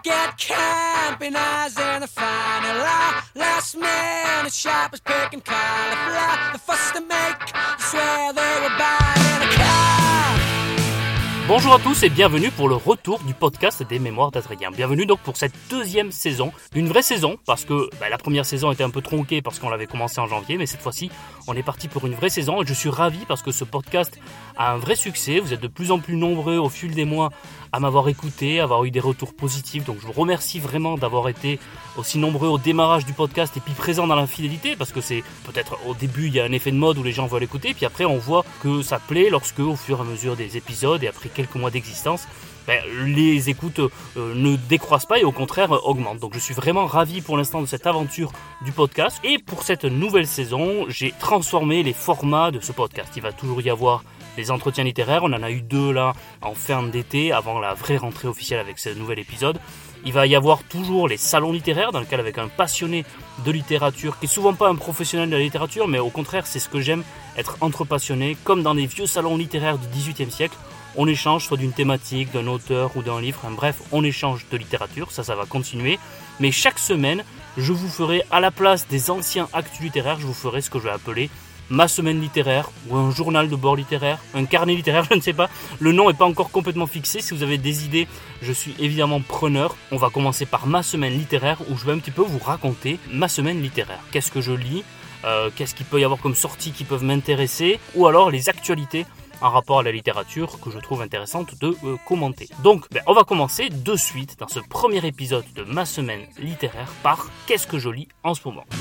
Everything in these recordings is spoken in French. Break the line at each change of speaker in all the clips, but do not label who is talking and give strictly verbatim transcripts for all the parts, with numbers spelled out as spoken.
Get camping eyes in the final hour. Last minute shoppers picking cauliflower. The fuss to make, you swear they were buying a car.
Bonjour à tous et bienvenue pour le retour du podcast des Mémoires d'Adrien. Bienvenue donc pour cette deuxième saison, une vraie saison, parce que bah, la première saison était un peu tronquée parce qu'on l'avait commencé en janvier, mais cette fois-ci on est parti pour une vraie saison et je suis ravi parce que ce podcast a un vrai succès. Vous êtes de plus en plus nombreux au fil des mois à m'avoir écouté, à avoir eu des retours positifs, donc je vous remercie vraiment d'avoir été aussi nombreux au démarrage du podcast et puis présents dans la fidélité, parce que c'est peut-être au début il y a un effet de mode où les gens veulent écouter, puis après on voit que ça plaît lorsque au fur et à mesure des épisodes et après quelques mois d'existence, ben, les écoutes euh, ne décroissent pas et au contraire euh, augmentent. Donc je suis vraiment ravi pour l'instant de cette aventure du podcast. Et pour cette nouvelle saison, j'ai transformé les formats de ce podcast. Il va toujours y avoir les entretiens littéraires, on en a eu deux là en fin d'été avant la vraie rentrée officielle avec ce nouvel épisode. Il va y avoir toujours les salons littéraires dans lesquels avec un passionné de littérature qui est souvent pas un professionnel de la littérature, mais au contraire c'est ce que j'aime, être entre passionnés, comme dans des vieux salons littéraires du dix-huitième siècle. On échange soit d'une thématique, d'un auteur ou d'un livre, enfin, bref, on échange de littérature, ça, ça va continuer. Mais chaque semaine, je vous ferai, à la place des anciens actus littéraires, je vous ferai ce que je vais appeler ma semaine littéraire, ou un journal de bord littéraire, un carnet littéraire, je ne sais pas. Le nom n'est pas encore complètement fixé, si vous avez des idées, je suis évidemment preneur. On va commencer par ma semaine littéraire, où je vais un petit peu vous raconter ma semaine littéraire. Qu'est-ce que je lis, euh, qu'est-ce qu'il peut y avoir comme sorties qui peuvent m'intéresser, ou alors les actualités en rapport à la littérature que je trouve intéressante de euh, commenter. Donc, ben, on va commencer de suite dans ce premier épisode de ma semaine littéraire par qu'est-ce que je lis en ce moment.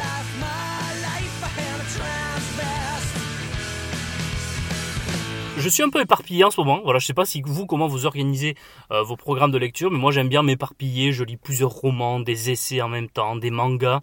Je suis un peu éparpillé en ce moment. Voilà, je sais pas si vous, comment vous organisez euh, vos programmes de lecture, mais moi j'aime bien m'éparpiller. Je lis plusieurs romans, des essais en même temps, des mangas.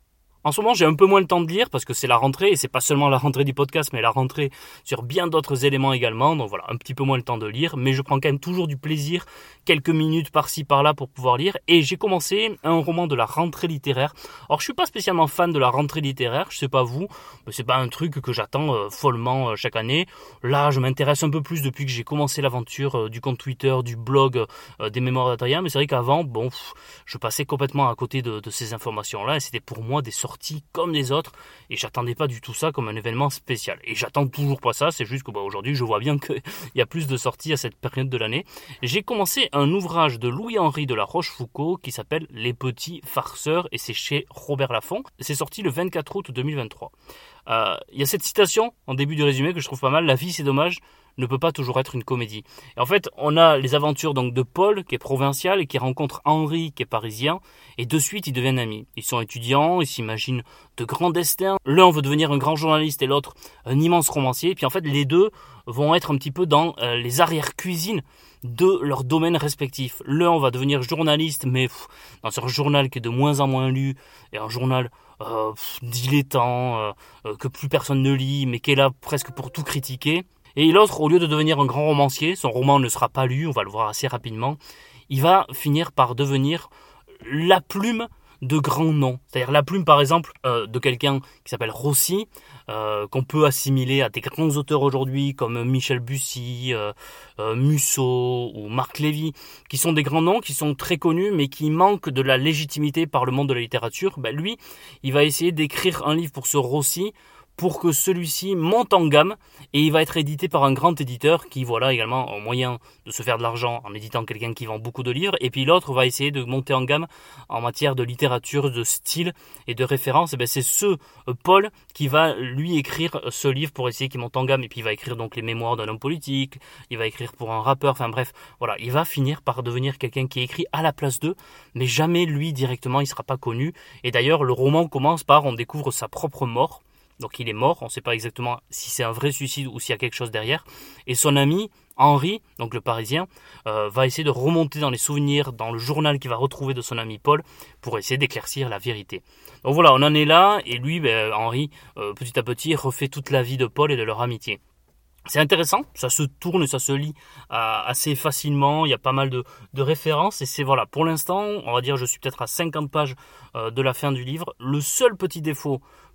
En ce moment, j'ai un peu moins le temps de lire parce que c'est la rentrée et c'est pas seulement la rentrée du podcast, mais la rentrée sur bien d'autres éléments également. Donc voilà, un petit peu moins le temps de lire, mais je prends quand même toujours du plaisir, quelques minutes par-ci par-là pour pouvoir lire. Et j'ai commencé un roman de la rentrée littéraire. Alors, je suis pas spécialement fan de la rentrée littéraire, je sais pas vous, mais c'est pas un truc que j'attends euh, follement euh, chaque année. Là, je m'intéresse un peu plus depuis que j'ai commencé l'aventure euh, du compte Twitter, du blog euh, des Mémoires d'Adrien. Mais c'est vrai qu'avant, bon, pff, je passais complètement à côté de, de ces informations-là et c'était pour moi des sorties comme les autres et j'attendais pas du tout ça comme un événement spécial et j'attends toujours pas ça, c'est juste que bah, aujourd'hui je vois bien qu'il y a plus de sorties à cette période de l'année. J'ai commencé un ouvrage de Louis-Henri de la Rochefoucauld qui s'appelle Les Petits Farceurs et c'est chez Robert Laffont. C'est sorti le vingt-quatre août deux mille vingt-trois. Euh, il y a cette citation en début du résumé que je trouve pas mal: la vie c'est dommage, ne peut pas toujours être une comédie. Et en fait, on a les aventures donc de Paul, qui est provincial, et qui rencontre Henri, qui est parisien, et de suite, ils deviennent amis. Ils sont étudiants, ils s'imaginent de grands destins. L'un veut devenir un grand journaliste et l'autre un immense romancier. Et puis en fait, les deux vont être un petit peu dans euh, les arrière-cuisines de leurs domaines respectifs. L'un va devenir journaliste, mais pff, dans un journal qui est de moins en moins lu, et un journal euh, pff, dilettant, euh, euh, que plus personne ne lit, mais qui est là presque pour tout critiquer. Et l'autre, au lieu de devenir un grand romancier, son roman ne sera pas lu, on va le voir assez rapidement, il va finir par devenir la plume de grands noms. C'est-à-dire la plume, par exemple, euh, de quelqu'un qui s'appelle Rossi, euh, qu'on peut assimiler à des grands auteurs aujourd'hui, comme Michel Bussy, euh, euh, Musso ou Marc Lévy, qui sont des grands noms, qui sont très connus, mais qui manquent de la légitimité par le monde de la littérature. Ben, lui, il va essayer d'écrire un livre pour ce Rossi, pour que celui-ci monte en gamme et il va être édité par un grand éditeur qui voilà également un moyen de se faire de l'argent en éditant quelqu'un qui vend beaucoup de livres, et puis l'autre va essayer de monter en gamme en matière de littérature, de style et de référence. Et ben c'est ce euh, Paul qui va lui écrire ce livre pour essayer qu'il monte en gamme, et puis il va écrire donc les mémoires d'un homme politique, il va écrire pour un rappeur, enfin bref, voilà, il va finir par devenir quelqu'un qui écrit à la place d'eux, mais jamais lui directement il sera pas connu. Et d'ailleurs le roman commence par on découvre sa propre mort. Donc il est mort, on ne sait pas exactement si c'est un vrai suicide ou s'il y a quelque chose derrière. Et son ami, Henri, donc le Parisien, euh, va essayer de remonter dans les souvenirs, dans le journal qu'il va retrouver de son ami Paul, pour essayer d'éclaircir la vérité. Donc voilà, on en est là, et lui, ben, Henri, euh, petit à petit, refait toute la vie de Paul et de leur amitié. C'est intéressant, ça se tourne, ça se lit euh, assez facilement, il y a pas mal de, de références, et c'est voilà, pour l'instant, on va dire, je suis peut-être à cinquante pages euh, de la fin du livre. Le seul petit défaut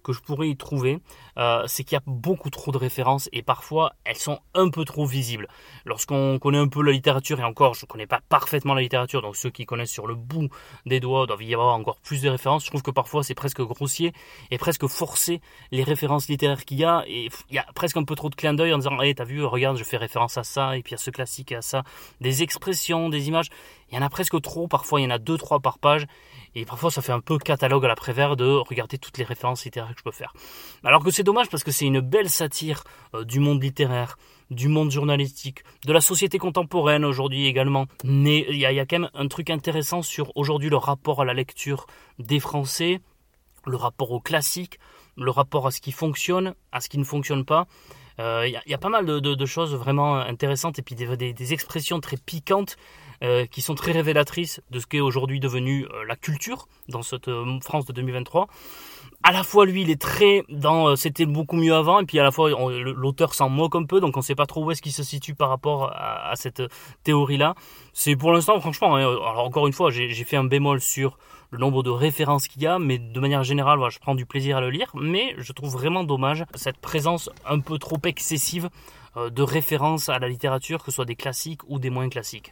que je pourrais y trouver, euh, c'est qu'il y a beaucoup trop de références et parfois elles sont un peu trop visibles. Lorsqu'on connaît un peu la littérature, et encore je ne connais pas parfaitement la littérature, donc ceux qui connaissent sur le bout des doigts doivent y avoir encore plus de références, je trouve que parfois c'est presque grossier et presque forcé les références littéraires qu'il y a, et il y a presque un peu trop de clin d'œil en disant hey, t'as vu, regarde, je fais référence à ça, et puis à ce classique et à ça, des expressions, des images, il y en a presque trop, parfois il y en a deux trois par page, et parfois ça fait un peu catalogue à l'après-vert de regarder toutes les références littéraires que je peux faire. Alors que c'est dommage parce que c'est une belle satire euh, du monde littéraire, du monde journalistique, de la société contemporaine aujourd'hui également. Mais il y a, il y a quand même un truc intéressant sur aujourd'hui le rapport à la lecture des Français, le rapport au classique, le rapport à ce qui fonctionne, à ce qui ne fonctionne pas. Il euh, y, y a pas mal de, de, de choses vraiment intéressantes et puis des, des, des expressions très piquantes euh, qui sont très révélatrices de ce qu'est aujourd'hui devenu euh, la culture dans cette euh, France de deux mille vingt-trois. À la fois, lui, il est très dans euh, c'était beaucoup mieux avant, et puis à la fois, on, l'auteur s'en moque un peu, donc on ne sait pas trop où est-ce qu'il se situe par rapport à, à cette théorie-là. C'est pour l'instant, franchement, hein, alors encore une fois, j'ai, j'ai fait un bémol sur le nombre de références qu'il y a, mais de manière générale, voilà, je prends du plaisir à le lire, mais je trouve vraiment dommage cette présence un peu trop excessive euh, de références à la littérature, que ce soit des classiques ou des moins classiques.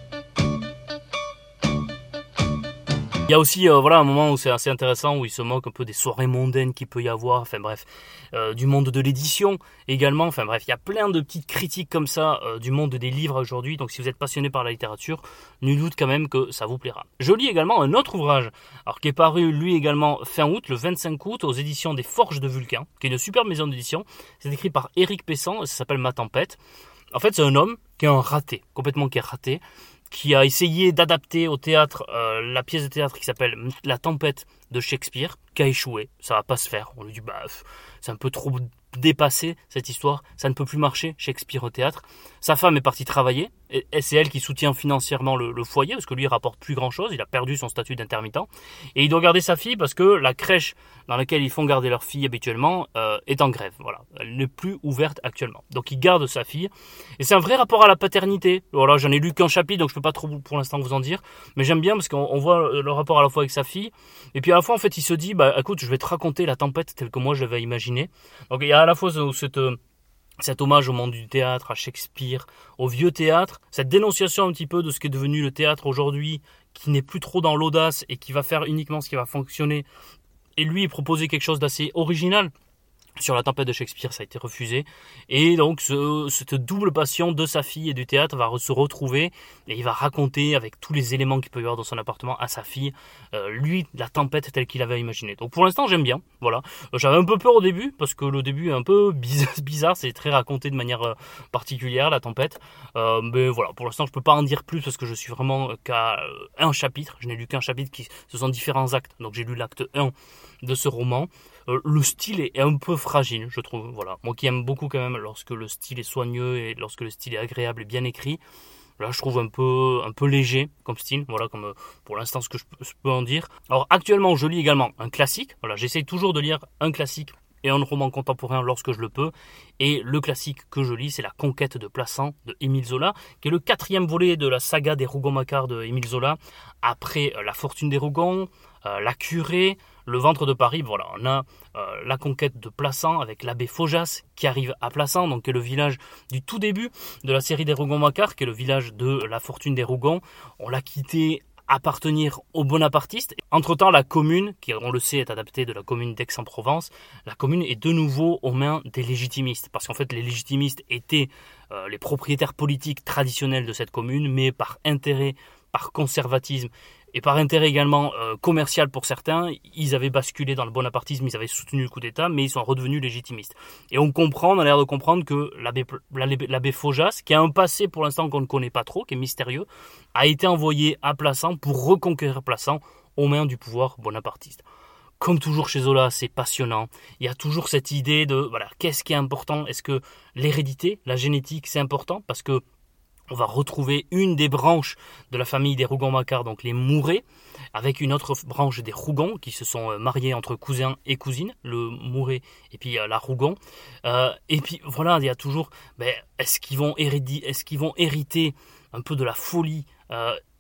Il y a aussi euh, voilà un moment où c'est assez intéressant, où il se moque un peu des soirées mondaines qu'il peut y avoir, enfin bref, euh, du monde de l'édition également, enfin bref, il y a plein de petites critiques comme ça euh, du monde des livres aujourd'hui, donc si vous êtes passionné par la littérature, nul doute quand même que ça vous plaira. Je lis également un autre ouvrage, alors qui est paru lui également fin août, le vingt-cinq août, aux éditions des Forges de Vulcain, qui est une superbe maison d'édition, c'est écrit par Éric Pessan, ça s'appelle Ma Tempête. En fait c'est un homme qui est un raté, complètement qui est raté, qui a essayé d'adapter au théâtre euh, la pièce de théâtre qui s'appelle La Tempête de Shakespeare, qui a échoué, ça va pas se faire. On lui dit bah c'est un peu trop dépassé cette histoire, ça ne peut plus marcher Shakespeare au théâtre. Sa femme est partie travailler et, et c'est elle qui soutient financièrement le, le foyer parce que lui il rapporte plus grand chose, il a perdu son statut d'intermittent et il doit garder sa fille parce que la crèche dans laquelle ils font garder leur fille habituellement euh, est en grève. Voilà, elle n'est plus ouverte actuellement. Donc il garde sa fille et c'est un vrai rapport à la paternité. Voilà, j'en ai lu qu'un chapitre donc je peux pas trop pour l'instant vous en dire, mais j'aime bien parce qu'on on voit le rapport à la fois avec sa fille et puis à la fois en fait il se dit bah écoute je vais te raconter la tempête telle que moi je l'avais imaginée. Donc il y a à la fois cette cet hommage au monde du théâtre, à Shakespeare, au vieux théâtre, cette dénonciation un petit peu de ce qui est devenu le théâtre aujourd'hui, qui n'est plus trop dans l'audace et qui va faire uniquement ce qui va fonctionner. Et lui, il proposait quelque chose d'assez original. Sur La Tempête de Shakespeare, ça a été refusé. Et donc, ce, cette double passion de sa fille et du théâtre va se retrouver. Et il va raconter, avec tous les éléments qu'il peut y avoir dans son appartement, à sa fille, euh, lui, la tempête telle qu'il avait imaginé. Donc, pour l'instant, j'aime bien. Voilà. J'avais un peu peur au début, parce que le début est un peu bizarre. C'est très raconté de manière euh, particulière, la tempête. Euh, mais voilà, pour l'instant, je peux pas en dire plus, parce que je suis vraiment qu'à euh, un chapitre. Je n'ai lu qu'un chapitre, qui ce sont différents actes. Donc, j'ai lu l'acte un de ce roman. Euh, le style est un peu fragile, je trouve. Voilà, moi qui aime beaucoup quand même lorsque le style est soigneux et lorsque le style est agréable et bien écrit. Là, je trouve un peu un peu léger comme style. Voilà, comme euh, pour l'instant ce que je, je peux en dire. Alors actuellement, je lis également un classique. Voilà, j'essaye toujours de lire un classique et un roman contemporain lorsque je le peux. Et le classique que je lis, c'est La Conquête de Plassans de Émile Zola, qui est le quatrième volet de la saga des Rougon-Macquart de Émile Zola. Après euh, La Fortune des Rougon, euh, La Curée, Le Ventre de Paris. Voilà, on a euh, La Conquête de Plassans avec l'abbé Faujas qui arrive à Plassans, donc qui est le village du tout début de la série des Rougon-Macquart, qui est le village de La Fortune des Rougon. On l'a quitté appartenir aux bonapartistes. Entre-temps, la commune, qui on le sait est adaptée de la commune d'Aix-en-Provence, la commune est de nouveau aux mains des légitimistes. Parce qu'en fait, les légitimistes étaient euh, les propriétaires politiques traditionnels de cette commune, mais par intérêt, par conservatisme et par intérêt également euh, commercial pour certains, ils avaient basculé dans le bonapartisme, ils avaient soutenu le coup d'État, mais ils sont redevenus légitimistes. Et on comprend, on a l'air de comprendre que l'abbé, l'abbé, l'abbé Faujas, qui a un passé pour l'instant qu'on ne connaît pas trop, qui est mystérieux, a été envoyé à Plassans pour reconquérir Plassans aux mains du pouvoir bonapartiste. Comme toujours chez Zola, c'est passionnant. Il y a toujours cette idée de, voilà, qu'est-ce qui est important ? Est-ce que l'hérédité, la génétique, c'est important ? Parce que on va retrouver une des branches de la famille des Rougon-Macquart, donc les Mouret, avec une autre branche des Rougon, qui se sont mariés entre cousins et cousines, le Mouret et puis euh, la Rougon. Euh, et puis voilà, il y a toujours, ben, est-ce qu'ils vont hériter, est-ce qu'ils vont hériter un peu de la folie euh,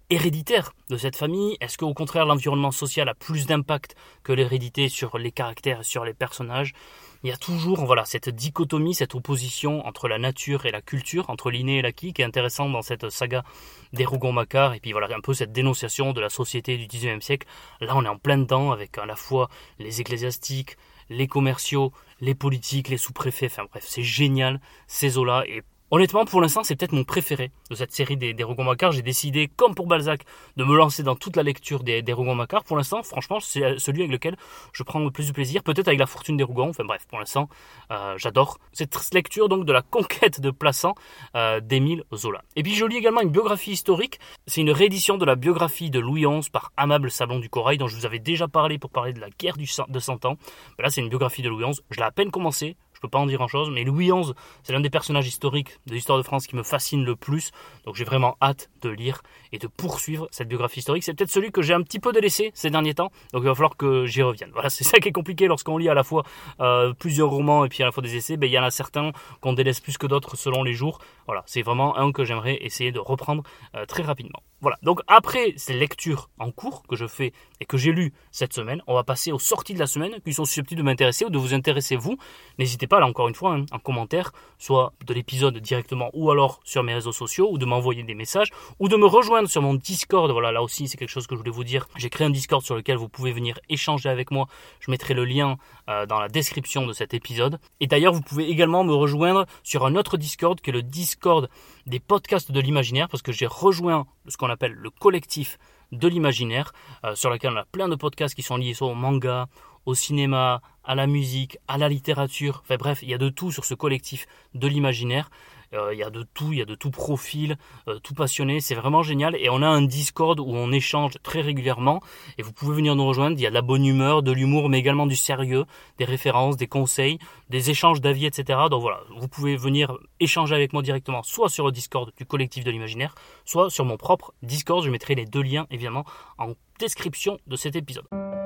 héréditaire de cette famille? Est-ce qu'au contraire l'environnement social a plus d'impact que l'hérédité sur les caractères et sur les personnages? Il y a toujours voilà, cette dichotomie, cette opposition entre la nature et la culture, entre l'inné et l'acquis, qui est intéressante dans cette saga des Rougon-Macquart, et puis voilà, un peu cette dénonciation de la société du dix-neuvième siècle. Là, on est en plein dedans, avec à la fois les ecclésiastiques, les commerciaux, les politiques, les sous-préfets, enfin bref, c'est génial, ces eaux-là, et honnêtement, pour l'instant, c'est peut-être mon préféré de cette série des, des Rougon-Macquart. J'ai décidé, comme pour Balzac, de me lancer dans toute la lecture des, des Rougon-Macquart. Pour l'instant, franchement, c'est celui avec lequel je prends le plus de plaisir. Peut-être avec La Fortune des Rougon. Enfin bref, pour l'instant, euh, j'adore cette lecture donc de la conquête de Plassans euh, d'Émile Zola. Et puis, je lis également une biographie historique. C'est une réédition de la biographie de Louis onze par Amable Sablon du Corail, dont je vous avais déjà parlé pour parler de la guerre du cent, de Cent Ans. Ben là, c'est une biographie de Louis onze. Je l'ai à peine commencé. Je peux pas en dire grand-chose, mais Louis onze, c'est l'un des personnages historiques de l'histoire de France qui me fascine le plus. Donc j'ai vraiment hâte de lire et de poursuivre cette biographie historique. C'est peut-être celui que j'ai un petit peu délaissé ces derniers temps, donc il va falloir que j'y revienne. Voilà, c'est ça qui est compliqué lorsqu'on lit à la fois euh, plusieurs romans et puis à la fois des essais. Ben, il y en a certains qu'on délaisse plus que d'autres selon les jours. Voilà, c'est vraiment un que j'aimerais essayer de reprendre euh, très rapidement. Voilà, donc après ces lectures en cours que je fais et que j'ai lues cette semaine, on va passer aux sorties de la semaine qui sont susceptibles de m'intéresser ou de vous intéresser vous. N'hésitez pas là encore une fois hein, en commentaire, soit de l'épisode directement ou alors sur mes réseaux sociaux, ou de m'envoyer des messages, ou de me rejoindre sur mon Discord. Voilà, là aussi c'est quelque chose que je voulais vous dire. J'ai créé un Discord sur lequel vous pouvez venir échanger avec moi. Je mettrai le lien euh, dans la description de cet épisode. Et d'ailleurs vous pouvez également me rejoindre sur un autre Discord qui est le Discord des podcasts de l'imaginaire, parce que j'ai rejoint ce qu'on appelle le collectif de l'imaginaire, euh, sur lequel on a plein de podcasts qui sont liés soit au manga, au cinéma, à la musique, à la littérature, enfin bref, il y a de tout sur ce collectif de l'imaginaire. Euh, il y a de tout, il y a de tout profil, euh, tout passionné, c'est vraiment génial. Et on a un Discord où on échange très régulièrement et vous pouvez venir nous rejoindre. Il y a de la bonne humeur, de l'humour, mais également du sérieux, des références, des conseils, des échanges d'avis, et cetera. Donc voilà, vous pouvez venir échanger avec moi directement, soit sur le Discord du collectif de l'imaginaire, soit sur mon propre Discord. Je mettrai les deux liens évidemment en description de cet épisode.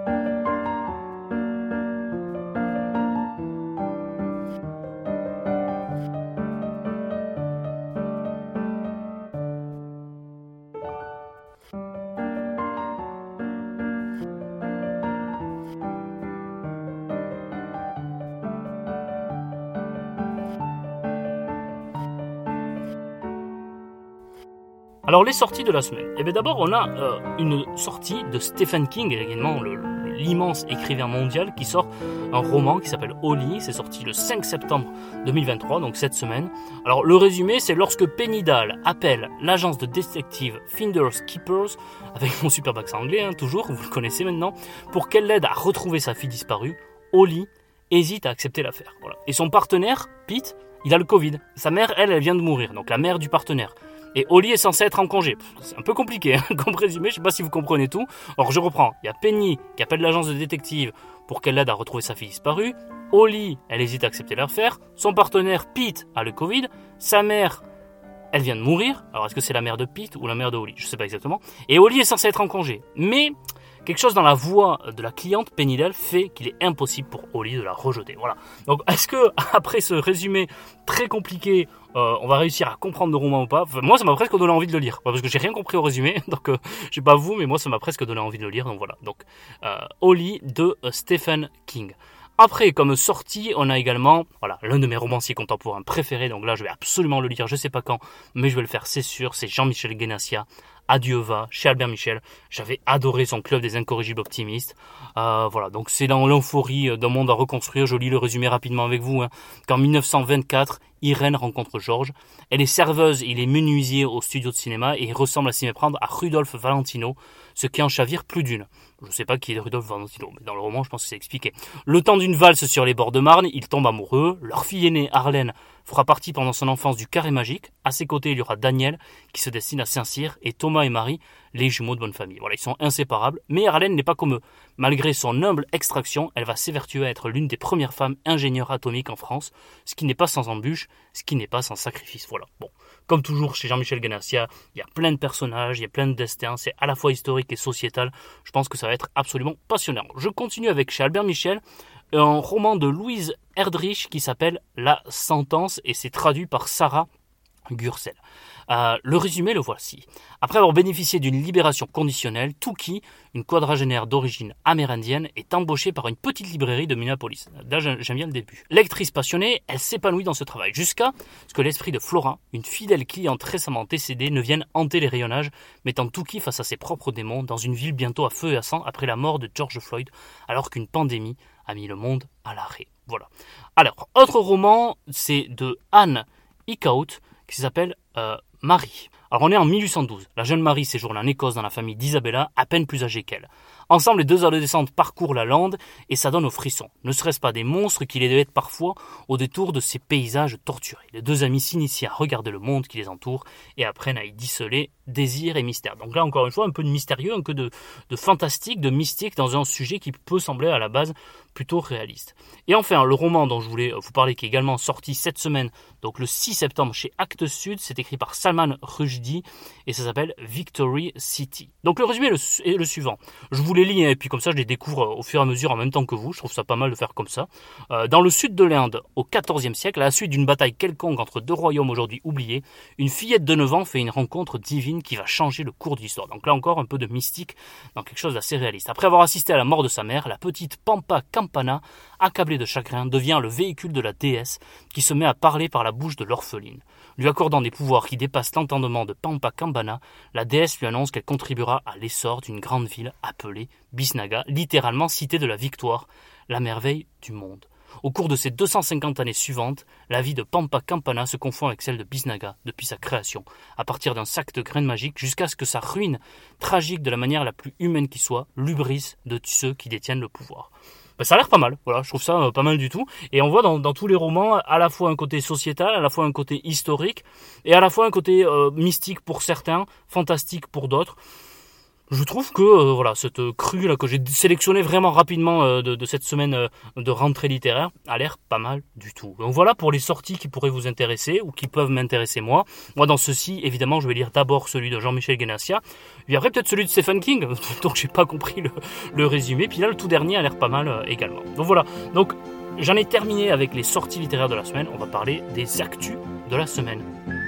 Alors les sorties de la semaine. Eh bien d'abord on a euh, une sortie de Stephen King, également le, le, l'immense écrivain mondial, qui sort un roman qui s'appelle Holly. C'est sorti le cinq septembre deux mille vingt-trois, donc cette semaine. Alors le résumé, c'est lorsque Penny Dahl appelle l'agence de détective Finders Keepers, avec mon superbe accent anglais, hein, toujours, vous le connaissez maintenant, pour qu'elle l'aide à retrouver sa fille disparue, Holly hésite à accepter l'affaire. Voilà. Et son partenaire, Pete, il a le Covid. Sa mère, elle, elle vient de mourir, donc la mère du partenaire. Et Holly est censée être en congé. C'est un peu compliqué hein, comme résumé, je sais pas si vous comprenez tout. Alors je reprends, il y a Penny qui appelle l'agence de détective pour qu'elle l'aide à retrouver sa fille disparue. Holly, elle hésite à accepter l'affaire. Son partenaire, Pete, a le Covid. Sa mère, elle vient de mourir. Alors est-ce que c'est la mère de Pete ou la mère de Holly? Je sais pas exactement. Et Holly est censée être en congé. Mais quelque chose dans la voix de la cliente, Penny Dahl, fait qu'il est impossible pour Holly de la rejeter. Voilà. Donc est-ce que après ce résumé très compliqué, Euh, on va réussir à comprendre le roman ou pas? Enfin, moi ça m'a presque donné envie de le lire, parce que j'ai rien compris au résumé, donc euh, je sais pas vous, mais moi ça m'a presque donné envie de le lire, donc voilà. Donc euh, Holly de euh, Stephen King. Après, comme sortie, on a également voilà, l'un de mes romanciers contemporains préférés, donc là je vais absolument le lire, je sais pas quand, mais je vais le faire, c'est sûr, c'est Jean-Michel Guénassia, Adieu va, chez Albert Michel. J'avais adoré son Club des incorrigibles optimistes. Euh, voilà, donc c'est dans l'euphorie d'un monde à reconstruire. Je lis le résumé rapidement avec vous. Hein. Qu'en mille neuf cent vingt-quatre, Irène rencontre Georges. Elle est serveuse, il est menuisier au studio de cinéma et il ressemble à s'y méprendre à Rudolph Valentino, ce qui en chavire plus d'une. Je ne sais pas qui est Rudolph Valentino, mais dans le roman, je pense que c'est expliqué. Le temps d'une valse sur les bords de Marne, ils tombent amoureux. Leur fille aînée, Arlène, fera partie pendant son enfance du carré magique. À ses côtés, il y aura Daniel, qui se destine à Saint-Cyr, et Thomas et Marie, les jumeaux de bonne famille. Voilà, ils sont inséparables, mais Arlène n'est pas comme eux. Malgré son humble extraction, elle va s'évertuer à être l'une des premières femmes ingénieures atomiques en France, ce qui n'est pas sans embûche, ce qui n'est pas sans sacrifice. Voilà. Bon, comme toujours chez Jean-Michel Guénassia, il y a plein de personnages, il y a plein de destins, c'est à la fois historique et sociétal. Je pense que ça va être absolument passionnant. Je continue avec chez Albert Michel, un roman de Louise Erdrich qui s'appelle La Sentence et c'est traduit par Sarah Gursel. Euh, le résumé, le voici. Après avoir bénéficié d'une libération conditionnelle, Tookie, une quadragénaire d'origine amérindienne, est embauchée par une petite librairie de Minneapolis. Là, j'aime bien le début. Lectrice passionnée, elle s'épanouit dans ce travail, jusqu'à ce que l'esprit de Flora, une fidèle cliente récemment décédée, ne vienne hanter les rayonnages, mettant Tookie face à ses propres démons dans une ville bientôt à feu et à sang après la mort de George Floyd, alors qu'une pandémie a mis le monde à l'arrêt. Voilà. Alors, autre roman, c'est de Anne Hickhaut, qui s'appelle euh, Marie. Alors on est en mille huit cent douze. La jeune Marie séjourne en Écosse dans la famille d'Isabella, à peine plus âgée qu'elle. Ensemble, les deux adolescentes parcourent la lande et ça donne au frisson. Ne serait-ce pas des monstres qui les délettent parfois au détour de ces paysages torturés. Les deux amis s'initient à regarder le monde qui les entoure et apprennent à y disceler désir et mystère. Donc là, encore une fois, un peu de mystérieux, un peu de, de fantastique, de mystique dans un sujet qui peut sembler à la base plutôt réaliste. Et enfin, le roman dont je voulais vous parler, qui est également sorti cette semaine, donc le six septembre chez Actes Sud, c'est écrit par Salman Rushdie et ça s'appelle Victory City. Donc le résumé est le, est le suivant. Je vous les lis et puis comme ça je les découvre au fur et à mesure en même temps que vous. Je trouve ça pas mal de faire comme ça. Euh, dans le sud de l'Inde, au quatorzième siècle, à la suite d'une bataille quelconque entre deux royaumes aujourd'hui oubliés, une fillette de neuf ans fait une rencontre divine qui va changer le cours de l'histoire. Donc là encore un peu de mystique dans quelque chose d'assez réaliste. Après avoir assisté à la mort de sa mère, la petite Pampa Campana, accablée de chagrin, devient le véhicule de la déesse qui se met à parler par la bouche de l'orpheline. Lui accordant des pouvoirs qui dépassent l'entendement de Pampa Campana, la déesse lui annonce qu'elle contribuera à l'essor d'une grande ville appelée Bisnaga, littéralement cité de la victoire, la merveille du monde. Au cours de ces deux cent cinquante années suivantes, la vie de Pampa Campana se confond avec celle de Bisnaga depuis sa création, à partir d'un sac de graines magiques jusqu'à ce que sa ruine, tragique de la manière la plus humaine qui soit, l'hubris de ceux qui détiennent le pouvoir. Ben, ça a l'air pas mal, voilà, je trouve ça euh, pas mal du tout. Et on voit dans, dans tous les romans à la fois un côté sociétal, à la fois un côté historique, et à la fois un côté euh, mystique pour certains, fantastique pour d'autres. Je trouve que euh, voilà, cette crue là que j'ai sélectionnée vraiment rapidement euh, de, de cette semaine euh, de rentrée littéraire a l'air pas mal du tout. Donc voilà pour les sorties qui pourraient vous intéresser ou qui peuvent m'intéresser moi. Moi dans ceci, évidemment, je vais lire d'abord celui de Jean-Michel Guénassia, puis après peut-être celui de Stephen King, donc j'ai pas compris le, le résumé. Puis là le tout dernier a l'air pas mal euh, également. Donc voilà. Donc j'en ai terminé avec les sorties littéraires de la semaine. On va parler des actus de la semaine.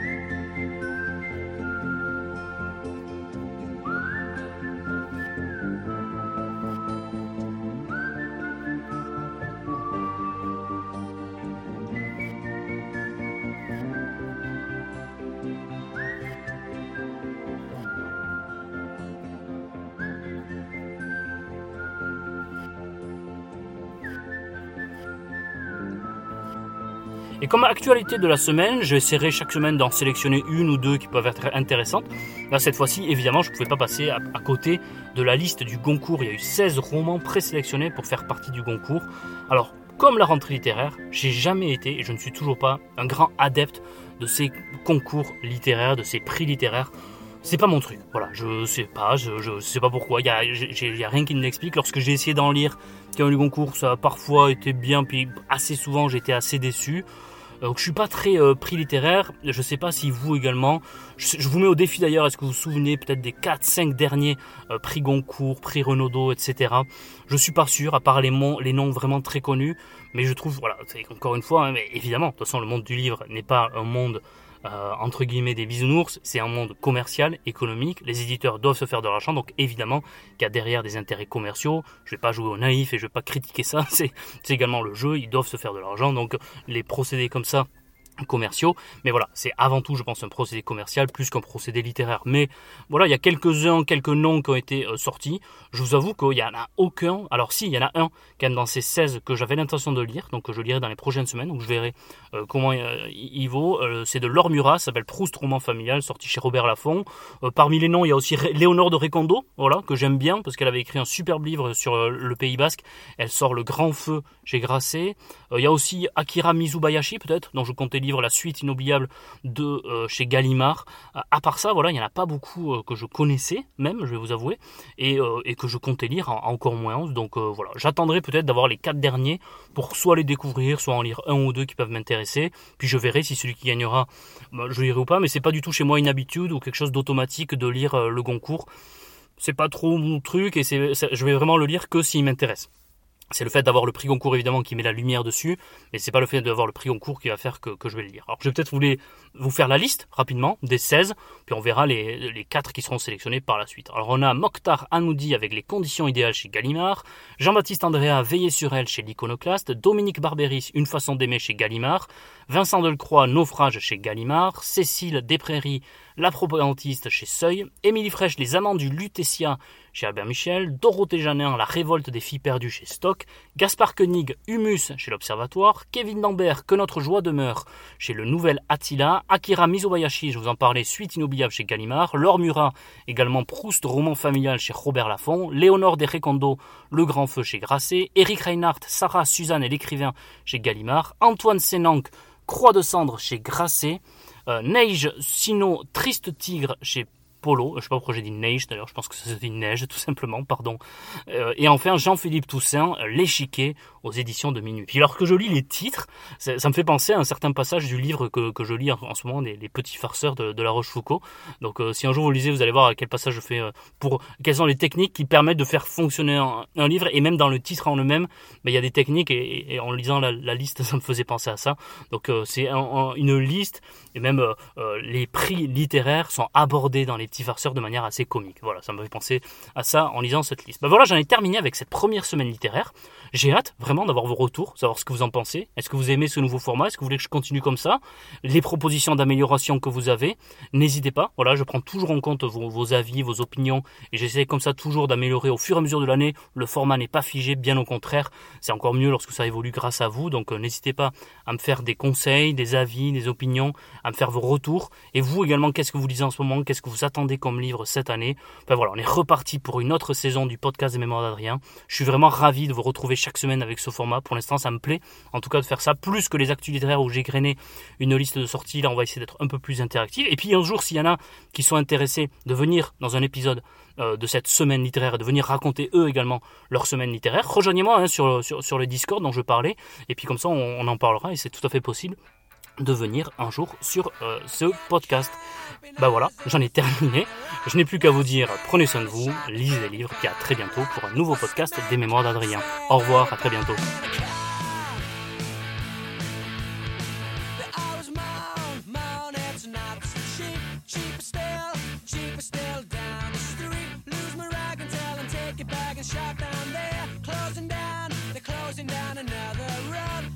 Et comme actualité de la semaine, j'essaierai chaque semaine d'en sélectionner une ou deux qui peuvent être intéressantes. Là, cette fois-ci, évidemment, je ne pouvais pas passer à, à côté de la liste du Goncourt. Il y a eu seize romans présélectionnés pour faire partie du Goncourt. Alors, comme la rentrée littéraire, j'ai jamais été, et je ne suis toujours pas, un grand adepte de ces concours littéraires, de ces prix littéraires. C'est pas mon truc, voilà, je sais pas, je, je sais pas pourquoi, il y a, j'ai, y a rien qui me l'explique. Lorsque j'ai essayé d'en lire, qui ont eu le Goncourt, ça a parfois été bien, puis assez souvent j'ai été assez déçu. Donc je suis pas très euh, prix littéraire, je sais pas si vous également. Je, je vous mets au défi d'ailleurs, est-ce que vous vous souvenez peut-être des quatre cinq derniers euh, prix Goncourt, prix Renaudot, et cetera. Je suis pas sûr, à part les, mon, les noms vraiment très connus, mais je trouve, voilà, c'est encore une fois, hein, mais évidemment, de toute façon le monde du livre n'est pas un monde Euh, entre guillemets des bisounours, c'est un monde commercial, économique, les éditeurs doivent se faire de l'argent, donc évidemment qu'il y a derrière des intérêts commerciaux. Je vais pas jouer au naïf et je vais pas critiquer ça, c'est, c'est également le jeu, ils doivent se faire de l'argent, donc les procédés comme ça commerciaux, mais voilà, c'est avant tout je pense un procédé commercial plus qu'un procédé littéraire. Mais voilà, il y a quelques-uns, quelques noms qui ont été euh, sortis. Je vous avoue qu'il y en a aucun, alors si, il y en a un quand même dans ces seize que j'avais l'intention de lire, donc que je lirai dans les prochaines semaines, donc je verrai euh, comment euh, il vaut. Euh, c'est de Laure Murat, ça s'appelle Proust roman familial, sorti chez Robert Laffont. Euh, parmi les noms, il y a aussi Ré- Léonore de Recondo, voilà, que j'aime bien parce qu'elle avait écrit un superbe livre sur euh, le Pays Basque. Elle sort Le Grand Feu chez Grasset. Euh, il y a aussi Akira Mizubayashi peut-être, dont je comptais livre la suite inoubliable de euh, chez Gallimard. Euh, à part ça, voilà, il n'y en a pas beaucoup euh, que je connaissais même, je vais vous avouer, et, euh, et que je comptais lire en, encore moins. Donc euh, voilà, j'attendrai peut-être d'avoir les quatre derniers pour soit les découvrir, soit en lire un ou deux qui peuvent m'intéresser. Puis je verrai si celui qui gagnera, bah, je lirai ou pas. Mais c'est pas du tout chez moi une habitude ou quelque chose d'automatique de lire euh, le Goncourt. C'est pas trop mon truc et c'est, c'est, je vais vraiment le lire que s'il m'intéresse. C'est le fait d'avoir le prix Goncourt évidemment qui met la lumière dessus, mais c'est pas le fait d'avoir le prix Goncourt qui va faire que, que je vais le lire. Alors je vais peut-être vous, les, vous faire la liste rapidement des seize, puis on verra les, les quatre qui seront sélectionnés par la suite. Alors on a Mokhtar Hanoudi avec Les conditions idéales chez Gallimard, Jean-Baptiste Andréa Veiller sur elle chez l'Iconoclaste, Dominique Barbéris Une façon d'aimer chez Gallimard, Vincent Delcroix Naufrage chez Gallimard, Cécile Desprairies La propagandiste chez Seuil, Émilie Frêche Les amants du Lutetia chez Albert Michel, Dorothée Janin La révolte des filles perdues chez Stock, Gaspard Koenig Humus chez l'Observatoire, Kevin Lambert Que notre joie demeure chez le Nouvel Attila, Akira Mizobayashi, je vous en parlais, Suite inoubliable chez Gallimard, Laure Murat également Proust roman familial chez Robert Laffont, Léonore de Recondo Le grand feu chez Grasset, Éric Reinhardt Sarah Suzanne et l'écrivain chez Gallimard, Antoine Sénanque Croix de cendre chez Grasset, euh, Neige Sino Triste tigre chez Polo, je sais pas pourquoi j'ai dit neige d'ailleurs, je pense que ça se dit neige tout simplement, pardon. Euh, et enfin Jean-Philippe Toussaint, L'échiquier aux éditions de Minuit. Puis alors que je lis les titres, ça, ça me fait penser à un certain passage du livre que, que je lis en, en ce moment, les, les petits farceurs de, de La Rochefoucauld. Donc euh, si un jour vous le lisez, vous allez voir à quel passage je fais, euh, pour quelles sont les techniques qui permettent de faire fonctionner un, un livre, et même dans le titre en lui-même, ben, il y a des techniques, et, et en lisant la, la liste, ça me faisait penser à ça. Donc euh, c'est un, un, une liste, et même euh, euh, les prix littéraires sont abordés dans les petits farceurs de manière assez comique. Voilà, ça me fait penser à ça en lisant cette liste. Ben voilà, j'en ai terminé avec cette première semaine littéraire. J'ai hâte vraiment d'avoir vos retours, savoir ce que vous en pensez. Est-ce que vous aimez ce nouveau format? Est-ce que vous voulez que je continue comme ça? Les propositions d'amélioration que vous avez, n'hésitez pas. Voilà, je prends toujours en compte vos, vos avis, vos opinions, et j'essaie comme ça toujours d'améliorer au fur et à mesure de l'année. Le format n'est pas figé, bien au contraire. C'est encore mieux lorsque ça évolue grâce à vous. Donc euh, n'hésitez pas à me faire des conseils, des avis, des opinions, à me faire vos retours. Et vous également, qu'est-ce que vous lisez en ce moment? Qu'est-ce que vous attendez comme livre cette année? Enfin voilà, on est reparti pour une autre saison du podcast des Mémoires d'Adrien. Je suis vraiment ravi de vous retrouver chaque semaine avec ce format. Pour l'instant, ça me plaît, en tout cas, de faire ça, plus que les actus littéraires où j'ai grainé une liste de sorties. Là, on va essayer d'être un peu plus interactif. Et puis un jour, s'il y en a qui sont intéressés de venir dans un épisode euh, de cette semaine littéraire, de venir raconter eux également leur semaine littéraire, rejoignez-moi hein, sur, sur, sur le Discord dont je parlais, et puis comme ça, on, on en parlera, et c'est tout à fait possible de venir un jour sur euh, ce podcast. Bah voilà, j'en ai terminé. Je n'ai plus qu'à vous dire, prenez soin de vous, lisez des livres, et à très bientôt pour un nouveau podcast des Mémoires d'Adrien. Au revoir, à très bientôt.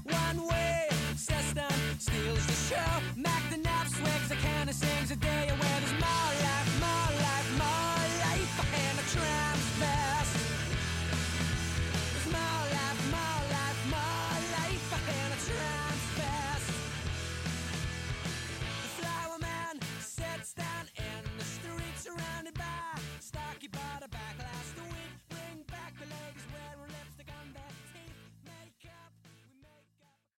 Steals the show. Mac the nap swigs, the kind of sings a day away.